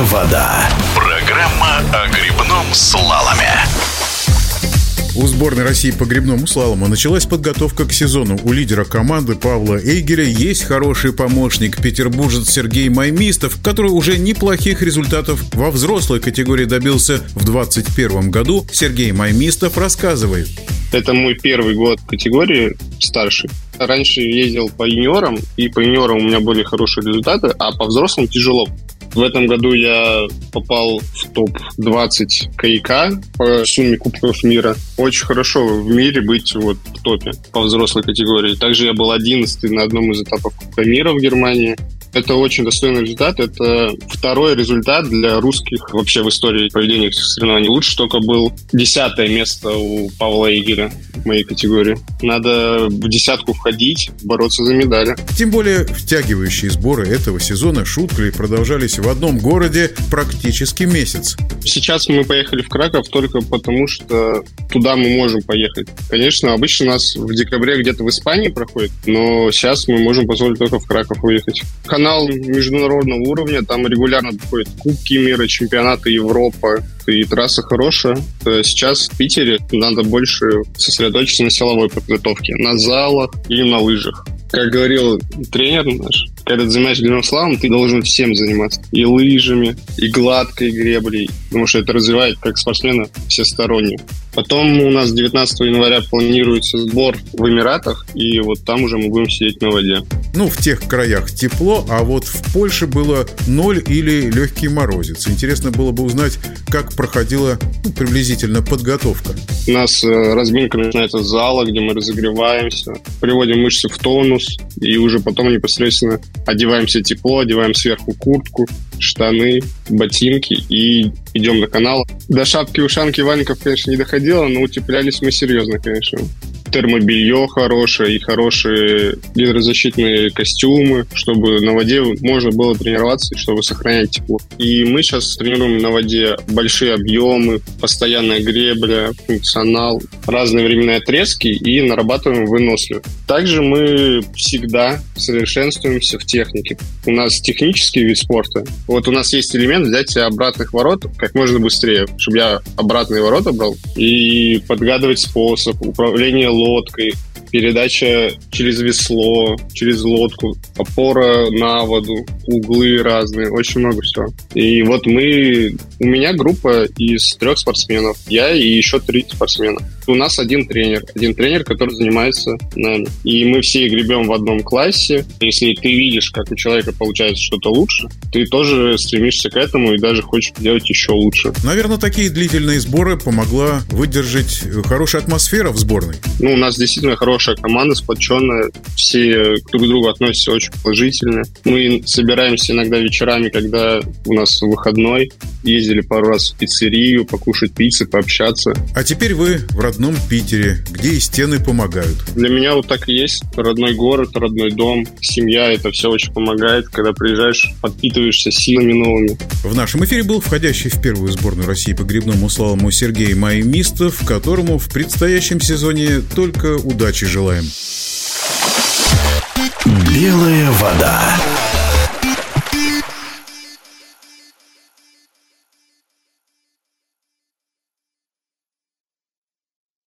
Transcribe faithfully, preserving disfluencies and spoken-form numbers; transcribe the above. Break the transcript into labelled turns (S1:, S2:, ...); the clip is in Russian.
S1: Белая вода. Программа о гребном слаломе.
S2: У сборной России по гребному слалому началась подготовка к сезону. У лидера команды Павла Эйгеля есть хороший помощник, петербуржец Сергей Маймистов, который уже неплохих результатов во взрослой категории добился в двадцать первом году. Сергей Маймистов рассказывает.
S3: Это мой первый год в категории старший. Раньше ездил по юниорам, и по юниорам у меня были хорошие результаты, а по взрослым тяжело. В этом году я попал в топ двадцать КИК по сумме кубков мира. Очень хорошо в мире быть вот в топе по взрослой категории. Также я был одиннадцатый на одном из этапов Кубка мира в Германии. Это очень достойный результат. Это второй результат для русских вообще в истории проведения этих соревнований. Лучше только был десятое место у Павла Эйгеля в моей категории. Надо в десятку входить, бороться за медали.
S2: Тем более втягивающие сборы этого сезона шуткой продолжались в одном городе практически месяц.
S3: Сейчас мы поехали в Краков только потому, что туда мы можем поехать. Конечно, обычно у нас в декабре где-то в Испании проходит, но сейчас мы можем позволить только в Краков уехать. Канал международного уровня, там регулярно проходят Кубки мира, чемпионаты Европы, и трасса хорошая. Сейчас в Питере надо больше сосредоточиться на силовой подготовке, на залах или на лыжах. Как говорил тренер наш, когда ты занимаешься гребным слаломом, ты должен всем заниматься. И лыжами, и гладкой греблей, потому что это развивает как спортсмена всесторонне. Потом у нас девятнадцатого января планируется сбор в Эмиратах, и вот там уже мы будем сидеть на воде.
S2: Ну, в тех краях тепло, а вот в Польше было ноль или легкий морозец. Интересно было бы узнать, как проходила ну, приблизительно подготовка.
S3: У нас э, разминка начинается с зала, где мы разогреваемся, приводим мышцы в тонус, и уже потом непосредственно одеваемся тепло, одеваем сверху куртку, штаны, ботинки и идем на канал. До шапки-ушанки валенков, конечно, не доходило, но утеплялись мы серьезно, конечно. Термобелье хорошее и хорошие гидрозащитные костюмы, чтобы на воде можно было тренироваться, чтобы сохранять тепло. И мы сейчас тренируем на воде большие объемы, постоянная гребля, функционал, разные временные отрезки и нарабатываем выносливость. Также мы всегда совершенствуемся в технике. У нас технический вид спорта. Вот у нас есть элемент взятия обратных ворот как можно быстрее, чтобы я обратные ворота брал и подгадывать способ управления лодкой, передача через весло, через лодку, опора на воду, углы разные, очень много всего. И вот мы... У меня группа из трех спортсменов, я и еще три спортсмена. У нас один тренер, один тренер, который занимается нами. И мы все гребем в одном классе. Если ты видишь, как у человека получается что-то лучше, ты тоже стремишься к этому и даже хочешь делать еще лучше.
S2: Наверное, такие длительные сборы помогла выдержать хорошая атмосфера в сборной.
S3: Ну, у нас действительно хорошая команда, сплоченная. Все друг к другу относятся очень положительно. Мы собираемся иногда вечерами, когда у нас выходной. Ездили пару раз в пиццерию, покушать пиццы, пообщаться.
S2: А теперь вы в родном Питере, где и стены помогают.
S3: Для меня вот так и есть. Родной город, родной дом, семья, это все очень помогает. Когда приезжаешь, подпитываешься силами новыми.
S2: В нашем эфире был входящий в первую сборную России по гребному слалому Сергей Маймистов, которому в предстоящем сезоне только удачи желаем.
S1: Белая вода.